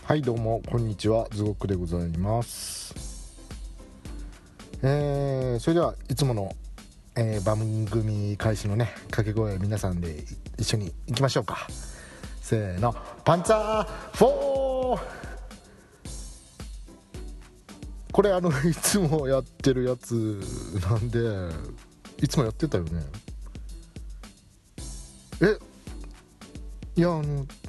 はいどうもこんにちは、ズゴックでございます。それではいつもの、番組開始のね掛け声、皆さんで一緒に行きましょうか。せーの、パンツァー4。これいつもやってるやつなんで、いつもやってたよね。いや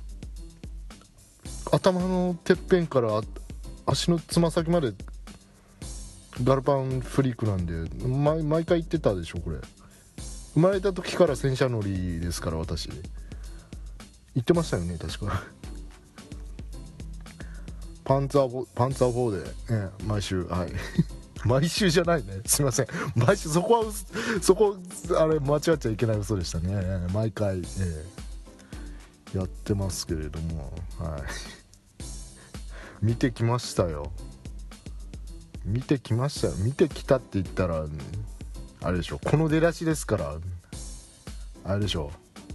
頭のてっぺんから足のつま先までガルパンフリークなんで、毎回言ってたでしょ。これ生まれた時から戦車乗りですから、私言ってましたよね、確か。パンツァー4で、毎週、はい毎週じゃないね、すいません。毎週、そこあれ間違っちゃいけない嘘でしたね。毎回、やってますけれども、はい見てきましたよ。見てきたって言ったらあれでしょ、この出だしですから、あれでしょ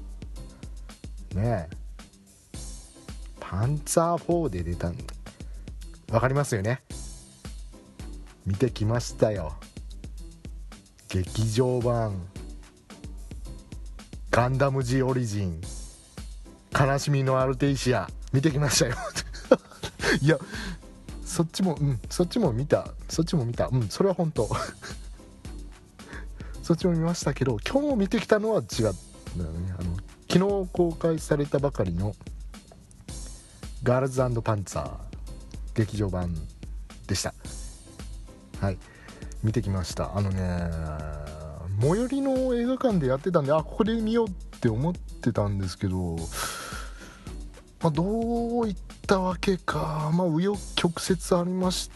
ねえ。パンツァー4で出たんわかりますよね。見てきましたよ。劇場版ガンダム G オリジン悲しみのアルテイシア見てきましたよいや、そっちも見た、それは本当そっちも見ましたけど、今日見てきたのは違ったよね。昨日公開されたばかりのガールズ&パンツァー劇場版でした。はい、見てきました。最寄りの映画館でやってたんで、ここで見ようって思ってたんですけど、どういったわけか、紆余曲折ありまして、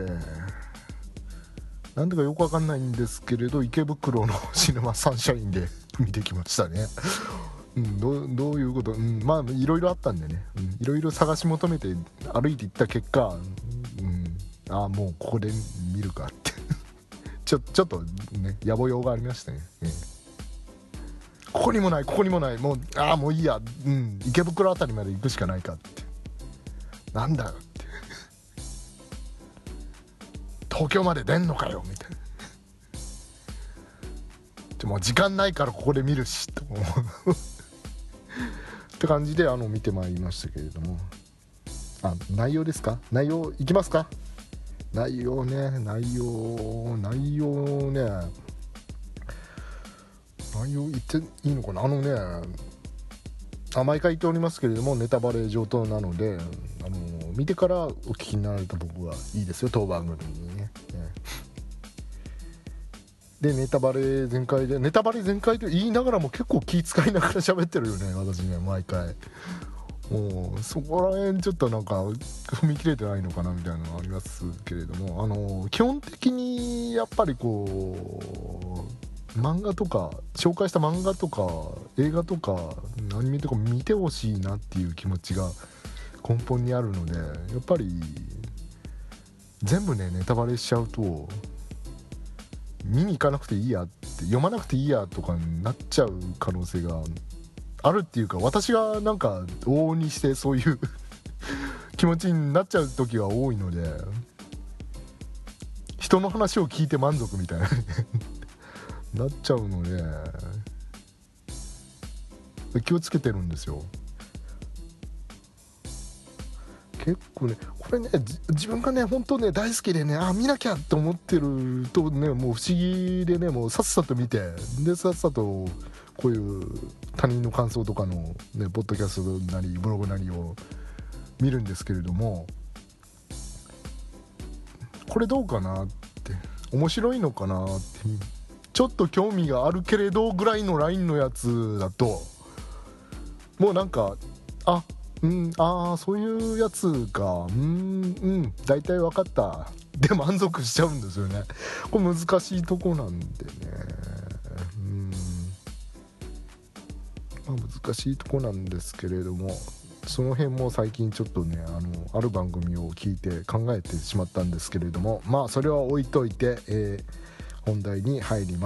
なんでかよくわかんないんですけれど、池袋のシネマサンシャインで見てきましたね。どういうこと、いろいろあったんでね、いろいろ探し求めて歩いていった結果、もうここで見るかってちょっとね、野暮用がありましたね。ここにもない、もういいや、池袋あたりまで行くしかないかって、なんだよって東京まで出んのかよみたいな。もう時間ないからここで見るしとって感じで見てまいりましたけれども、内容ですか。内容いきますか。内容ね、内容言っていいのかな。毎回言っておりますけれども、ネタバレ上等なので、見てからお聞きになられた僕はいいですよ、当番組にね。でネタバレ全開で言いながらも結構気遣いながら喋ってるよね、私ね、毎回。もうそこら辺ちょっとなんか踏み切れてないのかなみたいなのがありますけれども、基本的にやっぱりこう漫画とか紹介した漫画とか映画とかアニメとか見てほしいなっていう気持ちが根本にあるので、やっぱり全部ねネタバレしちゃうと見に行かなくていいやって、読まなくていいやとかになっちゃう可能性があるっていうか、私がなんか往々にしてそういう気持ちになっちゃう時が多いので、人の話を聞いて満足みたいななっちゃうので気をつけてるんですよ。結構ね、これね、自分がね本当ね大好きでね、見なきゃって思ってるとね、もう不思議でね、もうさっさと見て、でさっさとこういう他人の感想とかのねポッドキャストなりブログなりを見るんですけれども、これどうかなって、面白いのかなって、ちょっと興味があるけれどぐらいのラインのやつだと、もうなんかそういうやつか、大体分かったで満足しちゃうんですよね。これ難しいとこなんでね、難しいとこなんですけれども、その辺も最近ちょっとねある番組を聞いて考えてしまったんですけれども、それは置いといて、本題に入ります。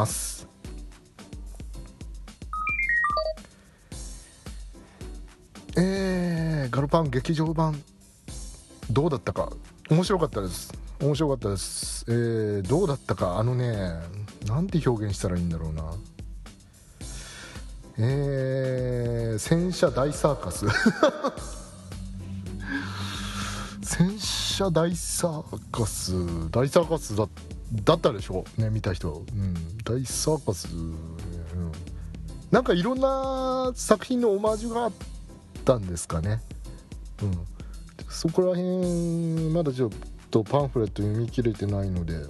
ガルパン劇場版どうだったか。面白かったです。面白かったです。どうだったか。なんて表現したらいいんだろうな。戦車大サーカス戦車大サーカスだったでしょね、見た人。大サーカス、なんかいろんな作品のオマージュがあったんですかね。そこら辺まだちょっとパンフレット読み切れてないので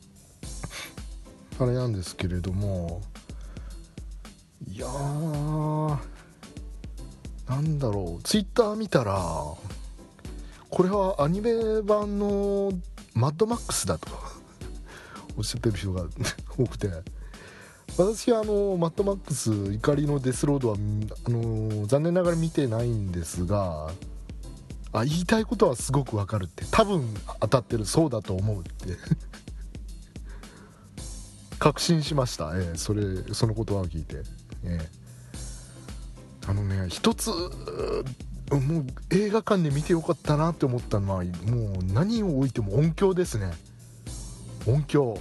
あれなんですけれども、いやー、なんだろう、ツイッター見たらこれはアニメ版のマッドマックスだとおっしゃってる人が多くて、私はマッドマックス怒りのデスロードは残念ながら見てないんですが、言いたいことはすごくわかるって、多分当たってる、そうだと思うって確信しました。その言葉を聞いて、一つもう映画館で見てよかったなって思ったのは、もう何を置いても音響ですね。音響、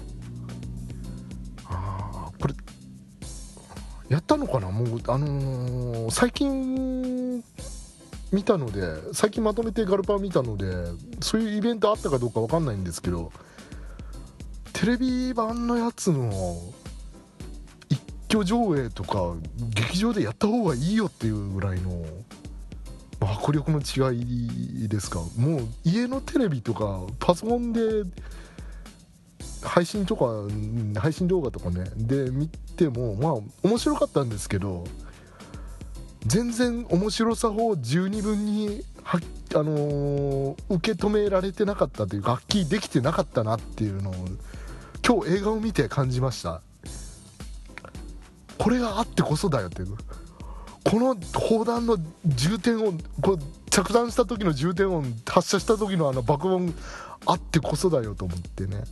これやったのかな。もう最近見たので、最近まとめてガルパン見たので、そういうイベントあったかどうか分かんないんですけど、テレビ版のやつの一挙上映とか劇場でやった方がいいよっていうぐらいの迫力の違いですか。もう家のテレビとかパソコンで配信動画とかねで見ても面白かったんですけど、全然面白さを十二分に受け止められてなかったというか、発揮できてなかったなっていうのを今日映画を見て感じました。これがあってこそだよっていう、この砲弾の重点音、着弾した時の重点音、発射した時の爆音あってこそだよと思ってね、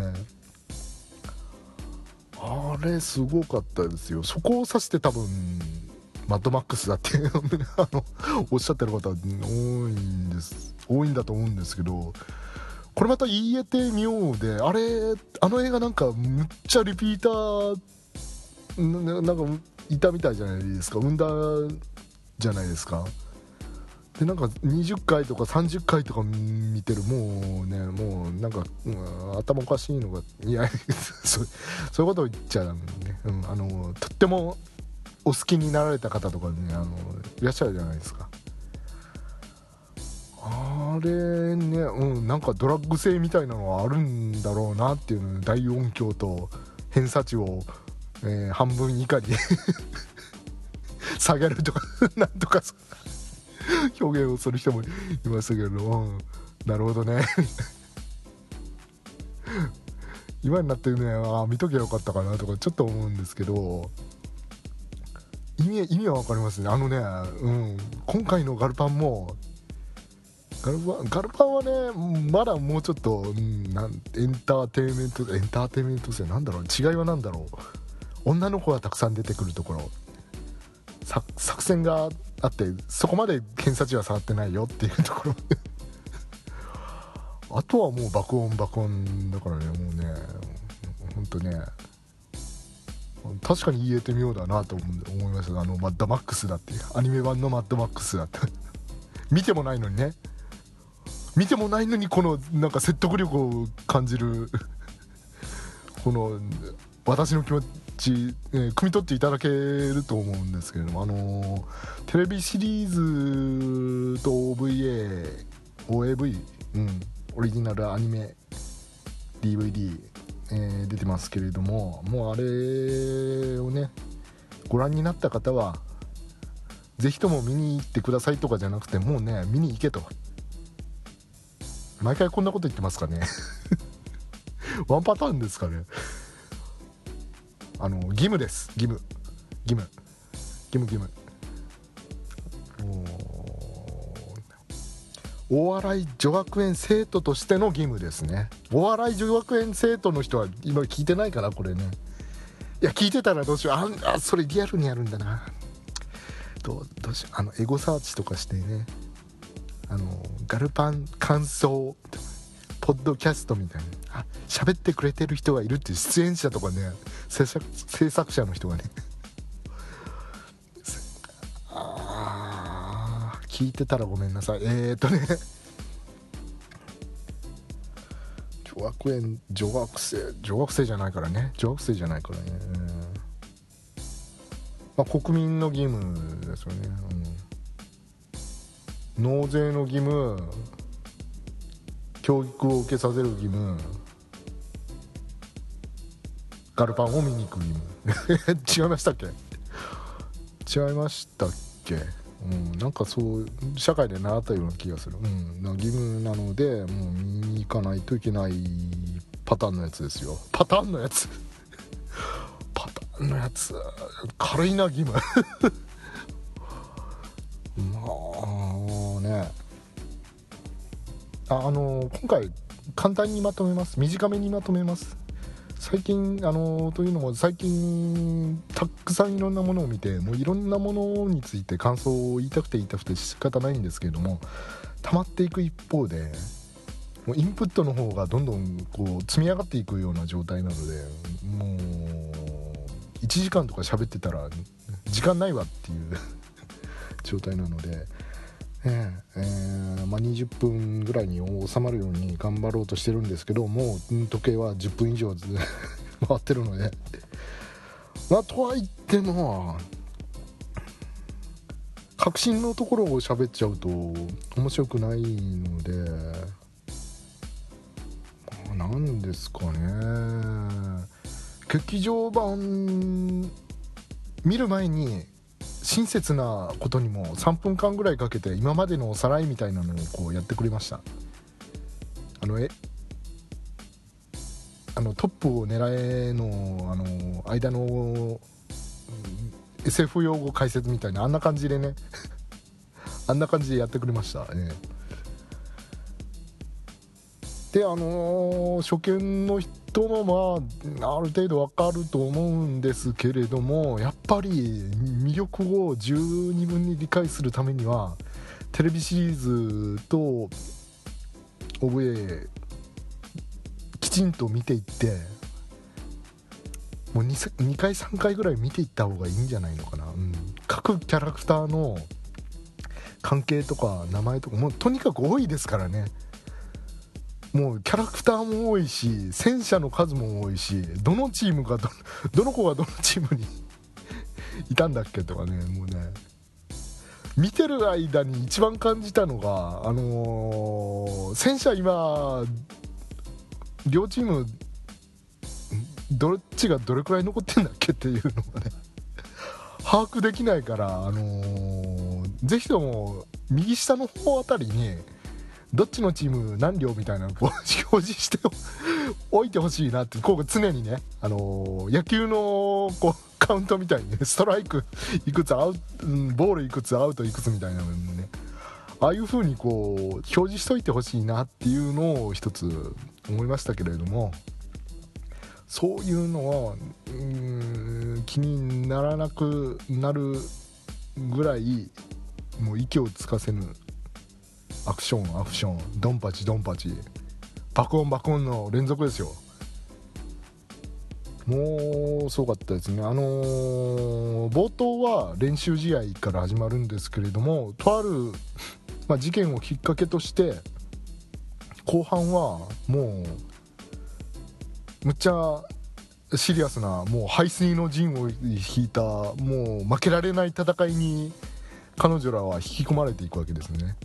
あれすごかったですよ。そこを指して多分マッドマックスだっておっしゃってる方多いんだと思うんですけど、これまた言えて妙で、あの映画なんかむっちゃリピーターなんかいたみたいじゃないですか。生んだじゃないですか。でなんか20回とか30回とか見てる、もうなんか、頭おかしいのが、いやそういうことを言っちゃうね、とってもお好きになられた方とかね、いらっしゃるじゃないですか。あれね、なんかドラッグ性みたいなのはあるんだろうなっていうの、大音響と偏差値を、半分以下に下げるとかなんとか表現をする人もいましたけど、なるほどね今になってね、見ときゃよかったかなとかちょっと思うんですけど、意味は分かりますね。今回のガルパンもガルパンはね、まだもうちょっと、エンターテインメント性、なんだろう、違いはなんだろう、女の子がたくさん出てくるところ、作戦があって、そこまで偏差値は下がってないよっていうところあとはもう爆音だからね、もうね、ほんとね、確かに言えて妙だなと思いました。マッドマックスだっていう、アニメ版のマッドマックスだって見てもないのにこのなんか説得力を感じるこの私の気持ち、汲み取っていただけると思うんですけれども、テレビシリーズと OAV、オリジナルアニメ DVD、出てますけれども、もうあれをねご覧になった方はぜひとも見に行ってくださいとかじゃなくて、もうね見に行けと、毎回こんなこと言ってますかねワンパターンですかね。義務です、義務お笑い女学園生徒としての義務ですね。お笑い女学園生徒の人は今聞いてないかなこれね。いや聞いてたらどうしよう、それリアルにやるんだな、どうしよう、エゴサーチとかしてね、 ガルパン感想ポッドキャストみたいな喋ってくれてる人がいるっていう出演者とかね、制作者の人がね聞いてたらごめんなさい。女学生じゃないからね、国民の義務ですよね、納税の義務、教育を受けさせる義務、ガルパンを見に行く義務違いましたっけ、なんかそう社会で習ったような気がする、義務なのでもう見に行かないといけないパターンのやつですよ。パターンのやつ軽いな義務まあね、今回簡単にまとめます。短めにまとめます。最近というのも最近たくさんいろんなものを見て、もういろんなものについて感想を言いたくて仕方ないんですけれども、溜まっていく一方でもうインプットの方がどんどんこう積み上がっていくような状態なので、もう1時間とか喋ってたら時間ないわっていう状態なので、20分ぐらいに収まるように頑張ろうとしてるんですけど、もう時計は10分以上回ってるのでとは言っても核心のところを喋っちゃうと面白くないので、なんですかね、劇場版見る前に親切なことにも3分間ぐらいかけて今までのおさらいみたいなのをこうやってくれました。トップを狙えの間の SF 用語解説みたいなあんな感じでねあんな感じでやってくれましたね。で初見の人もある程度わかると思うんですけれども、やっぱり魅力を十二分に理解するためにはテレビシリーズと OVA きちんと見ていって、もう 2回3回ぐらい見ていった方がいいんじゃないのかな、各キャラクターの関係とか名前とかもうとにかく多いですからね。もうキャラクターも多いし戦車の数も多いし、どのチームがどの子がどのチームにいたんだっけとかね、もうね見てる間に一番感じたのが戦車今両チームどっちがどれくらい残ってんだっけっていうのがね把握できないから、ぜひとも右下の方あたりにどっちのチーム何両みたいなのを表示しておいてほしいなって、こう常にね、野球のこうカウントみたいにね、ストライクいくつボールいくつアウトいくつみたいなのね、ああいう風にこう表示しといてほしいなっていうのを一つ思いましたけれども、そういうのは気にならなくなるぐらいもう息をつかせぬアクションドンパチ爆音の連続ですよ。もうすごかったですね。冒頭は練習試合から始まるんですけれども、とある、事件をきっかけとして後半はもうむっちゃシリアスな、もう背水の陣を引いた、もう負けられない戦いに彼女らは引き込まれていくわけですね。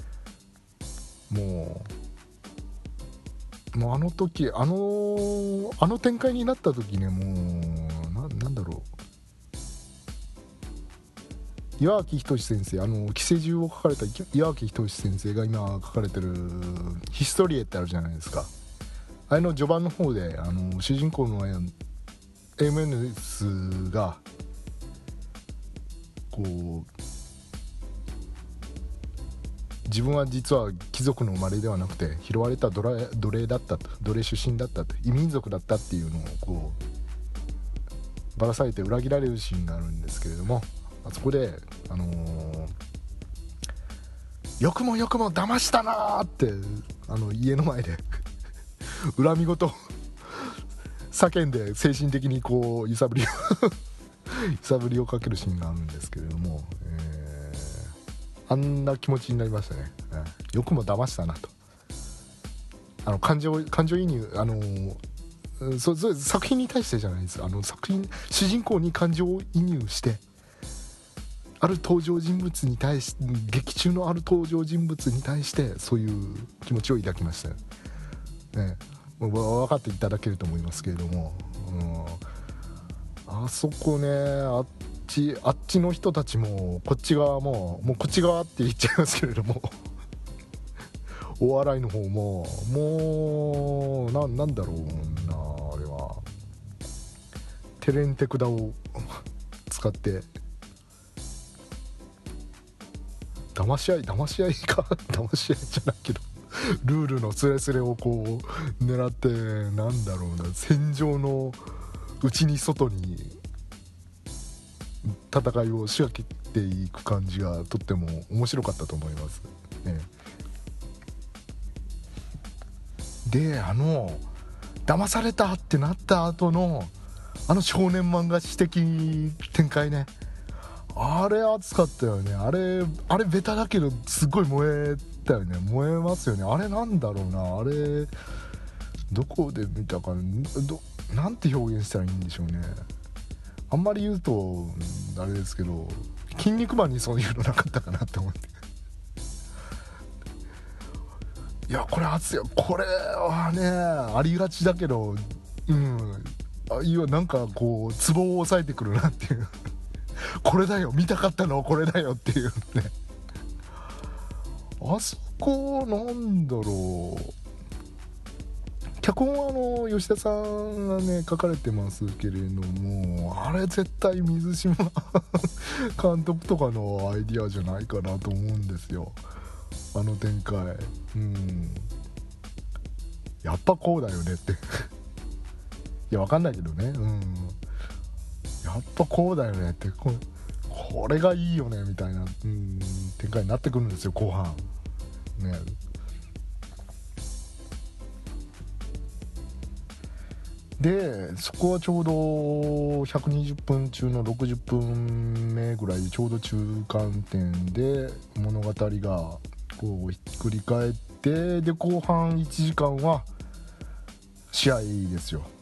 もうあの時あの展開になった時ね、もうなんだろう、岩脇仁先生、寄生獣を書かれた岩脇仁先生が今書かれてるヒストリエってあるじゃないですか。あれの序盤の方で主人公のAMNS がこう自分は実は貴族の生まれではなくて拾われた奴隷だったと、奴隷出身だったと、異民族だったっていうのをこうばらされて裏切られるシーンがあるんですけれども、あそこでよくもよくも騙したなーって家の前で恨み事叫んで精神的にこう揺さぶりをかけるシーンがあるんですけれども、あんな気持ちになりましたね、よくも騙したなと。感情移入作品に対してじゃないです。主人公に感情移入してある登場人物に対し劇中のある登場人物に対してそういう気持ちを抱きましたよ、分かっていただけると思いますけれども、あそこね、あっちの人たちもこっち側もうこっち側って言っちゃいますけれどもお笑いの方ももうなんだろうな、あれはテレンテクダを使って騙し合い騙し合いじゃないけどルールのスレスレをこう狙って、なんだろうな、戦場の内に外に戦いを仕掛けていく感じがとっても面白かったと思います、で騙されたってなった後の少年漫画史的展開ね、あれ熱かったよね。あれベタだけどすごい燃えたよね。燃えますよね。あれなんだろうな、あれどこで見たかなんて表現したらいいんでしょうね。あんまり言うとあれですけど、筋肉マンにそういうのなかったかなって思っていやこれ熱いよ。これはねありがちだけど、いやなんかこうツボを押さえてくるなっていうこれだよ、見たかったのはこれだよっていうね。あそこなんだろう、脚本は吉田さんがね書かれてますけれども、あれ絶対水島監督とかのアイディアじゃないかなと思うんですよ、あの展開。やっぱこうだよねっていやわかんないけどね、やっぱこうだよねってこれがいいよねみたいな、展開になってくるんですよ後半ね。でそこはちょうど120分中の60分目ぐらいでちょうど中間点で物語がこうひっくり返って、で後半1時間は試合ですよ。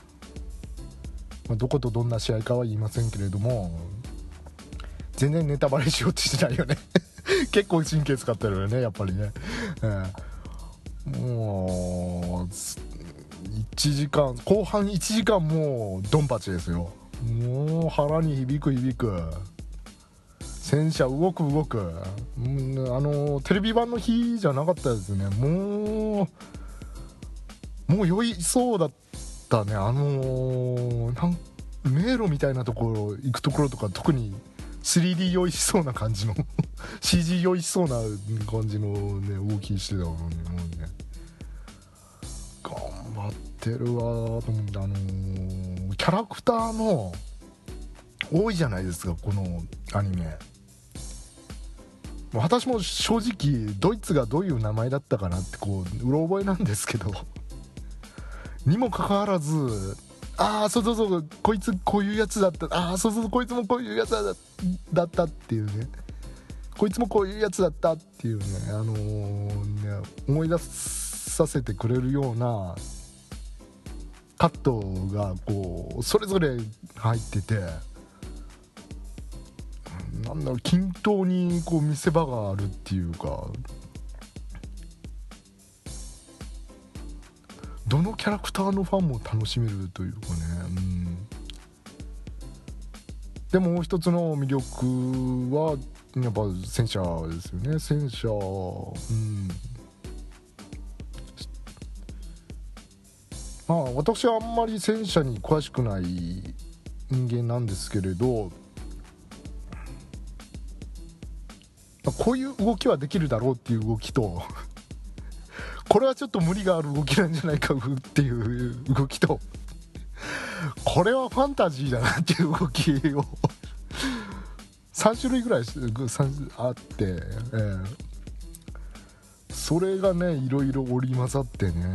どことどんな試合かは言いませんけれども、全然ネタバレしようとしてないよね結構神経使ってるよねやっぱりね、もう1時間後半1時間もうドンパチですよ。もう腹に響く戦車動く、テレビ版の日じゃなかったですね。もう酔いそうだったね。迷路みたいなところ行くところとか特に 3D 酔いしそうな感じのCG 酔いしそうな感じのね動きしてたのに、もうね頑張ってるわと思って、キャラクターの多いじゃないですかこのアニメ。私も正直ドイツがどういう名前だったかなってこううろ覚えなんですけどにもかかわらず、そうこいつこういうやつだった、そうこいつもこういうやつだったっていうね、こいつもこういうやつだったっていうね、思い出させてくれるようなカットがこうそれぞれ入ってて、なんだろう、均等にこう見せ場があるっていうか、どのキャラクターのファンも楽しめるというかね、でもう一つの魅力はやっぱ戦車ですよね。戦車、私はあんまり戦車に詳しくない人間なんですけれど、こういう動きはできるだろうっていう動きとこれはちょっと無理がある動きなんじゃないかっていう動きと、これはファンタジーだなっていう動きを3種類ぐらいあって、 それがねいろいろ織り交ざってね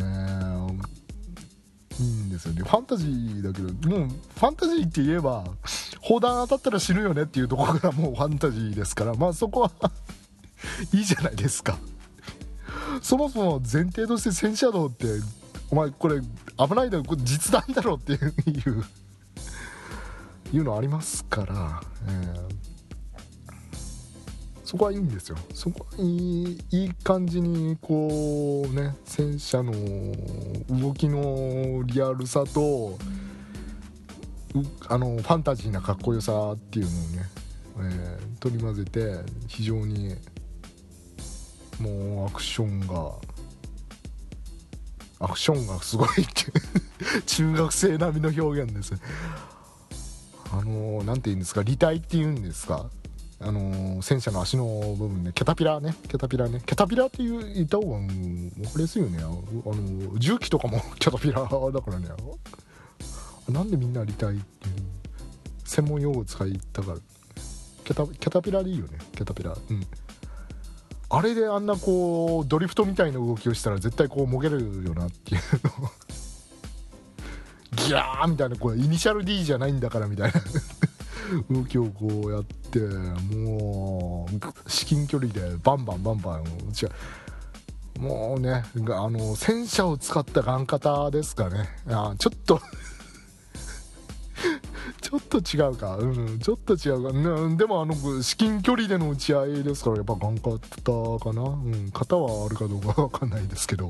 いいんですよね。ファンタジーだけど、もうファンタジーって言えば砲弾当たったら死ぬよねっていうところからもうファンタジーですから、まあそこはいいじゃないですか。そもそも前提として戦車道ってお前これ危ないだろ、これ実弾だろっていうのありますから、そこはいいんですよ。そこはいい感じにこうね、戦車の動きのリアルさとファンタジーなかっこよさっていうのをね、取り混ぜて非常にもうアクションがすごいって中学生並みの表現です。なんて言うんですか、履帯っていうんですか、戦車の足の部分ね、キャタピラって言った方が分かりやすいよね。重機とかもキャタピラだからね。なんでみんな履帯っていう専門用語使いたがる。キャタピラでいいよね、キャタピラ。あれであんなこうドリフトみたいな動きをしたら絶対こうもげるよなっていうのギャーみたいな、これイニシャル D じゃないんだからみたいな動きをこうやって、もう至近距離でバンバン撃ちもうね、戦車を使ったガン型ですかね。ちょっと違うか、ちょっと違うか、でも至近距離での打ち合いですから、やっぱガン型かな。型はあるかどうかわかんないですけど、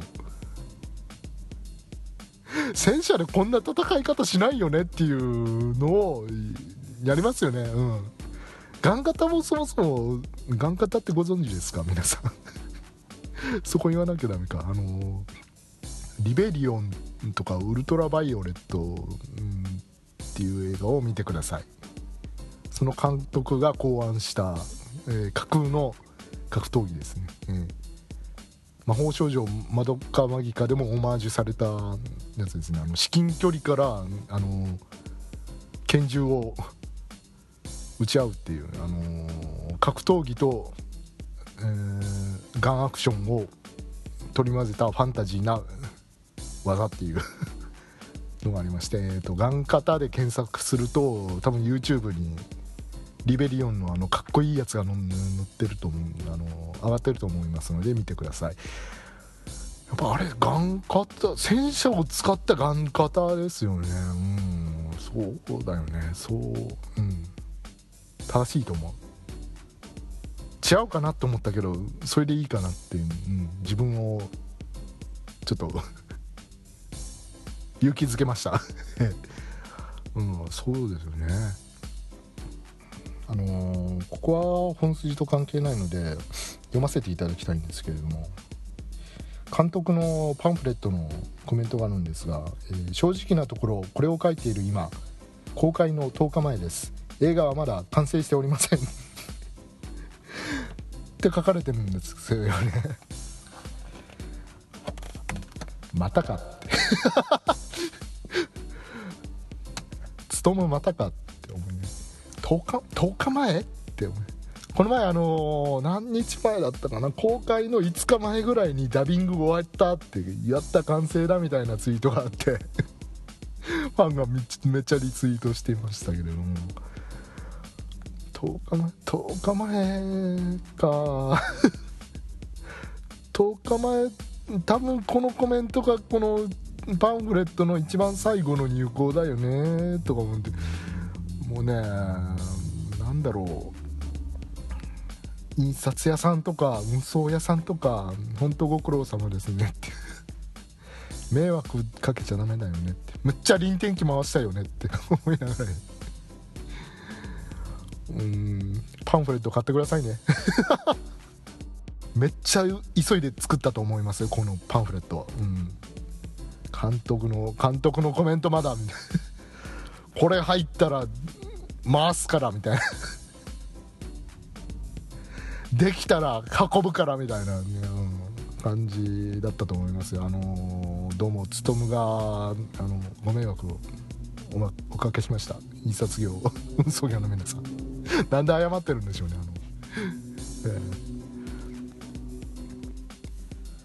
戦車でこんな戦い方しないよねっていうのをやりますよね。ガン型もそもそもガン型ってご存知ですか皆さんそこ言わなきゃダメか。リベリオンとかウルトラバイオレット、っていう映画を見てください。その監督が考案した、架空の格闘技ですね。魔法少女マドカマギカでもオマージュされたやつですね。至近距離から拳銃を撃ち合うっていう、格闘技と、ガンアクションを取り混ぜたファンタジーな技っていうのがありまして、ガン型で検索すると多分 YouTube にリベリオンのかっこいいやつが載ってると思う、上がってると思いますので見てください。やっぱあれガン型、戦車を使ったガン型ですよね。そうだよね。正しいと思う。違うかなと思ったけどそれでいいかなっていう、自分をちょっと勇気づけましたそうですよね。ここは本筋と関係ないので読ませていただきたいんですけれども、監督のパンフレットのコメントがあるんですが、正直なところこれを書いている今公開の10日前です。映画はまだ完成しておりませんって書かれてるんですよねまたかって勤むまたかって思いね。10日前って思う。この前何日前だったかな、公開の5日前ぐらいにダビング終わったってやった完成だみたいなツイートがあってファンがめっちゃリツイートしていましたけれども、10日前か10日前、多分このコメントがこのパンフレットの一番最後の入稿だよねとか思って、もうね、なんだろう、印刷屋さんとか運送屋さんとか本当ご苦労様ですねって迷惑かけちゃダメだよねって、むっちゃ輪転機回したよねって思いながらパンフレット買ってくださいねめっちゃ急いで作ったと思いますよこのパンフレットは。監督のコメントまだみたいなこれ入ったら回すからみたいなできたら運ぶからみたいな、感じだったと思いますよ。どうも勤がご迷惑をおかけしました。印刷業運送業の皆さんなんで謝ってるんでしょうね。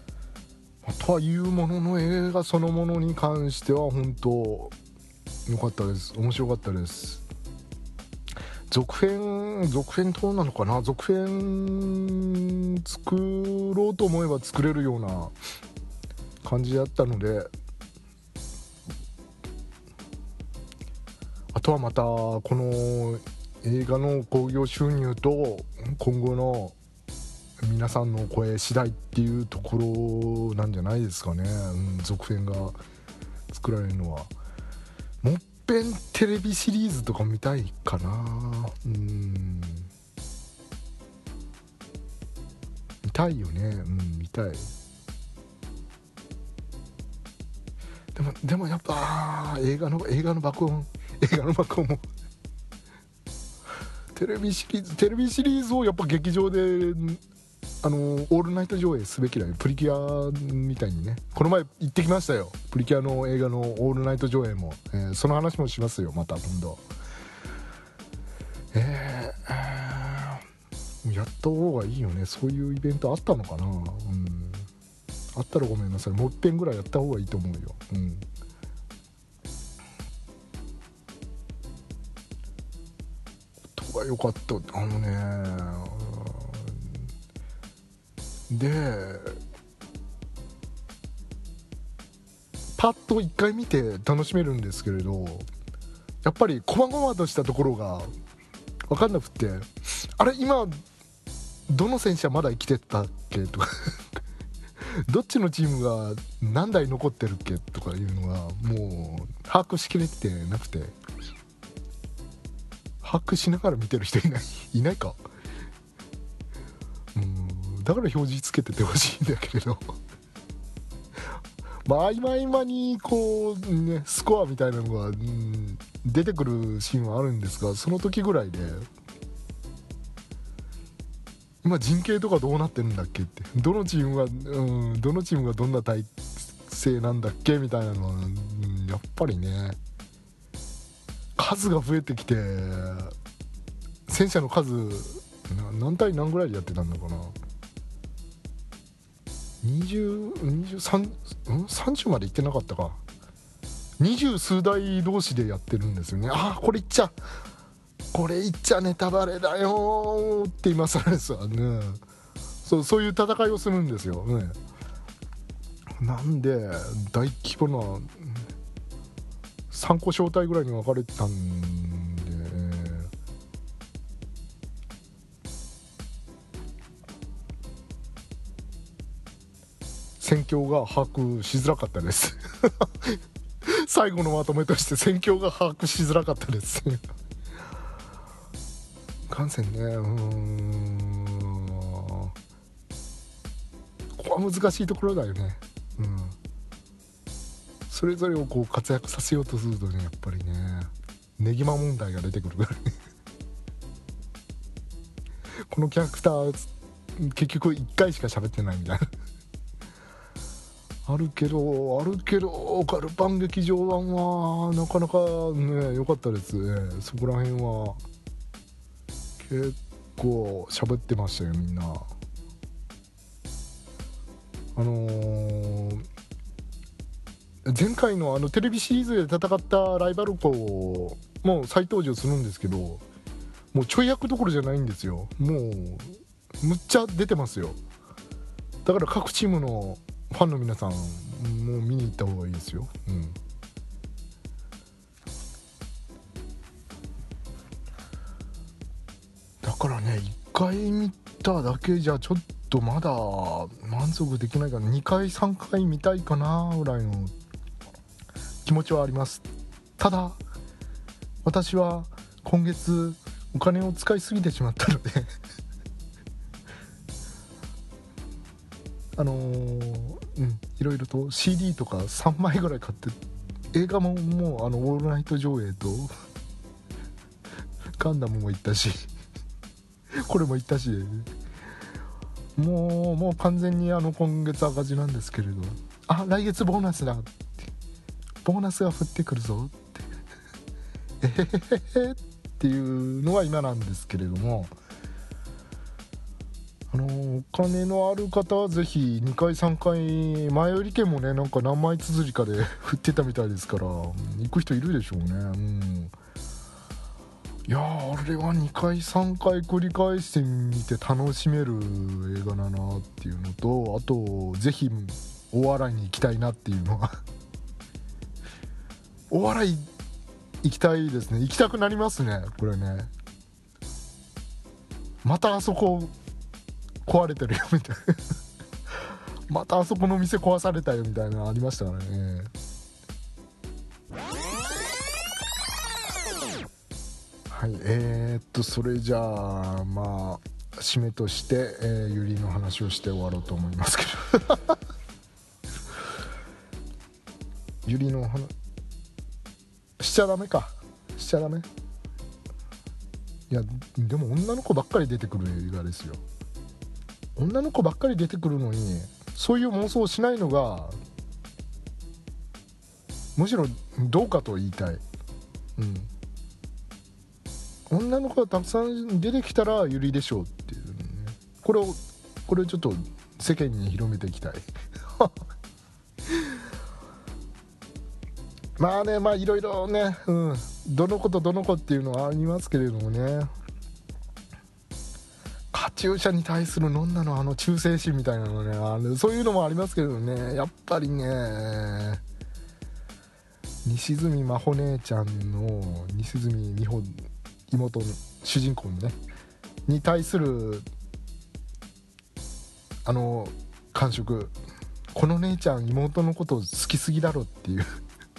とはいうものの、映画そのものに関しては本当良かったです。面白かったです。続編どうなのかな。続編作ろうと思えば作れるような感じだったので、あとはまたこの映画の興行収入と今後の皆さんの声次第っていうところなんじゃないですかね、続編が作られるのは。もっぺんテレビシリーズとか見たいかな。見たいよね。見たい。でもやっぱ映画の爆音もテレビシリーズをやっぱ劇場でオールナイト上映すべきだよ。プリキュアみたいにね。この前行ってきましたよ、プリキュアの映画のオールナイト上映も、その話もしますよまた今度。やった方がいいよね。そういうイベントあったのかな。あったらごめんなさい。もう一遍ぐらいやった方がいいと思うよ。とが良かった。でパッと一回見て楽しめるんですけれど、やっぱり細々としたところが分かんなくて、あれ今どの選手はまだ生きてたっけとかどっちのチームが何台残ってるっけとかいうのがもう把握しきれてなくて、把握しながら見てる人いないか。だから表示つけててほしいんだけれどまあ合間にこうねスコアみたいなのが、出てくるシーンはあるんですが、その時ぐらいで今陣形とかどうなってるんだっけって、どのチームがどんな体制なんだっけみたいなのは、やっぱりね数が増えてきて、戦車の数何対何ぐらいでやってたんだかな。30までいってなかったか。20数台同士でやってるんですよね。これ言っちゃネタバレだよって今更ですわね。そういう戦いをするんですよね。なんで大規模な3個小隊ぐらいに分かれてたんで、戦況が把握しづらかったです最後のまとめとして戦況が把握しづらかったです感染ね。ここは難しいところだよね。それぞれをこう活躍させようとするとね、やっぱりねネギマ問題が出てくるからねこのキャラクター結局1回しか喋ってないみたいなあるけどガルパン劇場版はなかなかね良かったですね。そこら辺は結構喋ってましたよみんな。前回のテレビシリーズで戦ったライバル校も再登場するんですけど、もうちょい役どころじゃないんですよ。もうむっちゃ出てますよ。だから各チームのファンの皆さんもう見に行った方がいいですよ。だからね1回見ただけじゃちょっとまだ満足できないから2回3回見たいかなぐらいの気持ちはあります。ただ私は今月お金を使いすぎてしまったのでいろいろと CD とか3枚ぐらい買って、映画ももうオールナイト上映とガンダムも行ったしこれも行ったし、もう完全に今月赤字なんですけれど、来月ボーナスだって、ボーナスが降ってくるぞってっていうのは今なんですけれども、 お金のある方はぜひ2回3回、前売り券もねなんか何枚綴りかで振ってたみたいですから、行く人いるでしょうね。いやー、あれは2回3回繰り返してみて楽しめる映画だなっていうのと、あとぜひ大洗に行きたいなっていうのは大洗行きたいですね。行きたくなりますねこれね。またあそこ壊れてるよみたいなまたあそこの店壊されたよみたいなのありましたからね。はい、それじゃあまあ締めとして、ユリの話をして終わろうと思いますけどユリの話しちゃダメか。しちゃダメ。いやでも女の子ばっかり出てくる映画ですよ。女の子ばっかり出てくるのにそういう妄想をしないのがむしろどうかと言いたい。女の子がたくさん出てきたらユリでしょうっていうね。これをちょっと世間に広めていきたいまあね、まあいろいろね、どの子とどの子っていうのはありますけれどもね、カチューシャに対するノンナの忠誠心みたいなのね、そういうのもありますけどね、やっぱりね西住真帆姉ちゃんの西住美穂妹の主人公のねに対する感触、この姉ちゃん妹のこと好きすぎだろっていう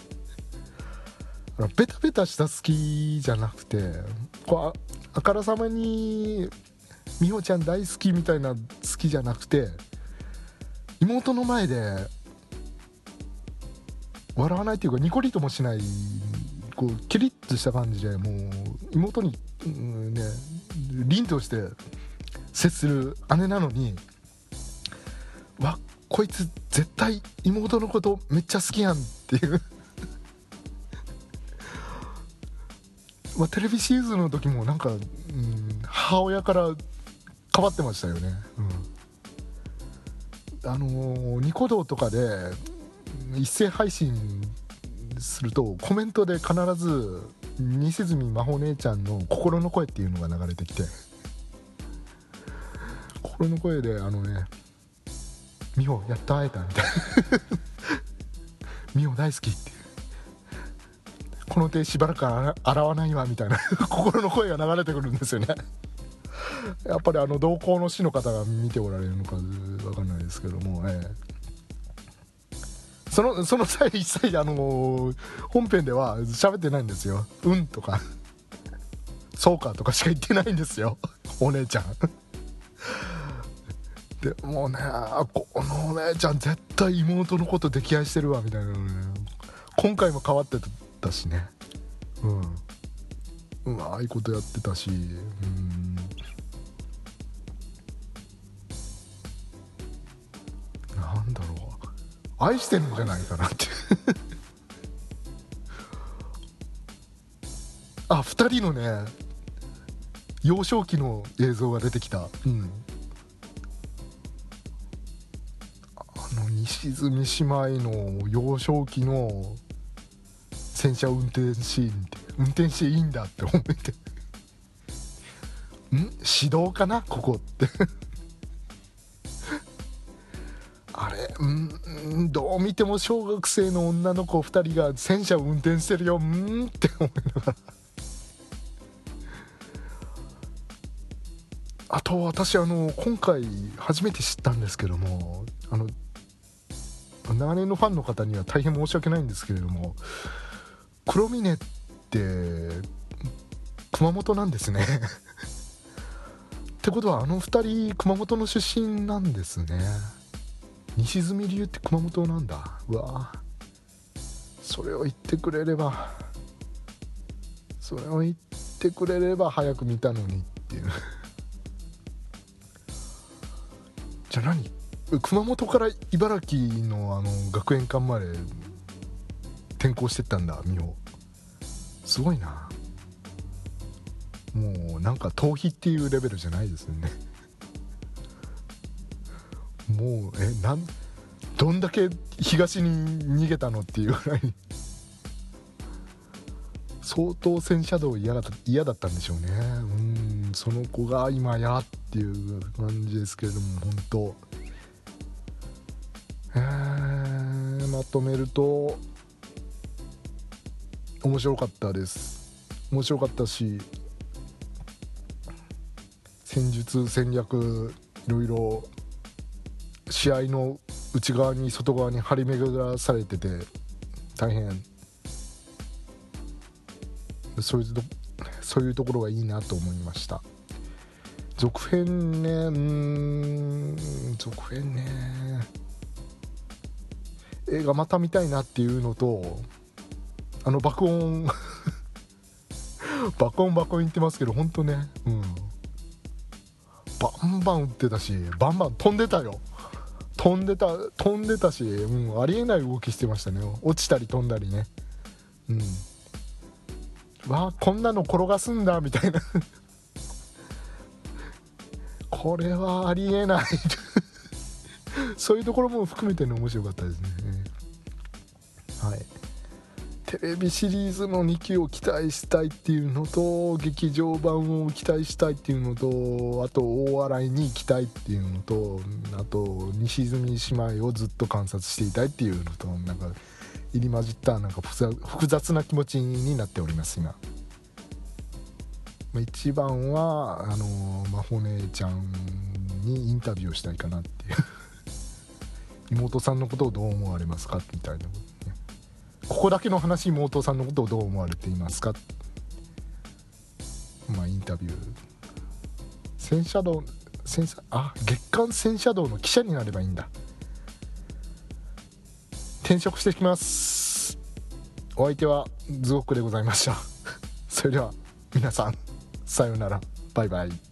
ベタベタした好きじゃなくて、こうあからさまに美穂ちゃん大好きみたいな好きじゃなくて、妹の前で笑わないというかニコリともしない、こうキリッとした感じで、もう妹に、ね凛として接する姉なのに、わこいつ絶対妹のことめっちゃ好きやんっていうまあテレビシーズンの時もなんか、母親から変わってましたよね。ニコ動とかで一斉配信するとコメントで必ず西住真帆姉ちゃんの心の声っていうのが流れてきて、心の声で美穂やっと会えたみたいな美穂大好きってこの手しばらく洗わないわみたいな心の声が流れてくるんですよね。やっぱり同行の師の方が見ておられるのか分かんないですけども、その際一切本編では喋ってないんですよ。うんとかそうかとかしか言ってないんですよお姉ちゃんでもうね、このお姉ちゃん絶対妹のこと溺愛してるわみたいなのね、今回も変わってたしね、うまいことやってたし、なんだろう、愛してるんじゃないかなって2人のね幼少期の映像が出てきた。西住姉妹の幼少期の戦車運転シーンって運転していいんだって思って指導かなここってあれどう見ても小学生の女の子2人が戦車を運転してるよって思いながら、あと私今回初めて知ったんですけども、長年のファンの方には大変申し訳ないんですけれども、黒峰って熊本なんですねってことは2人熊本の出身なんですね。西住流って熊本なんだ。うわ、それを言ってくれれば早く見たのにっていうじゃあ何、熊本から茨城の学園館まで転校してったんだ美穂。すごいな。もうなんか逃避っていうレベルじゃないですよねもうどんだけ東に逃げたのっていうぐらい相当戦車道嫌だったんでしょうね。その子が今やっていう感じですけれども、本当まとめると面白かったです。面白かったし、戦術戦略いろいろ試合の内側に外側に張り巡らされてて大変そういうところがいいなと思いました。続編ね、続編ね、映画また見たいなっていうのと、爆音爆音言ってますけど本当ね、バンバン撃ってたし、バンバン飛んでたよ。飛んでたし、ありえない動きしてましたね。落ちたり飛んだりね。こんなの転がすんだみたいなこれはありえないそういうところも含めてね、面白かったですね。はい。テレビシリーズの2期を期待したいっていうのと、劇場版を期待したいっていうのと、あと大洗に行きたいっていうのと、あと西住姉妹をずっと観察していたいっていうのと、なんか入り混じったなんか複雑な気持ちになっております今。一番は真帆姉ちゃんにインタビューをしたいかなっていう妹さんのことをどう思われますかみたいな、ここだけの話、妹さんのことをどう思われていますか、インタビュー、月刊戦車道の記者になればいいんだ。転職してきます。お相手はズゴックでございましたそれでは皆さんさようなら、バイバイ。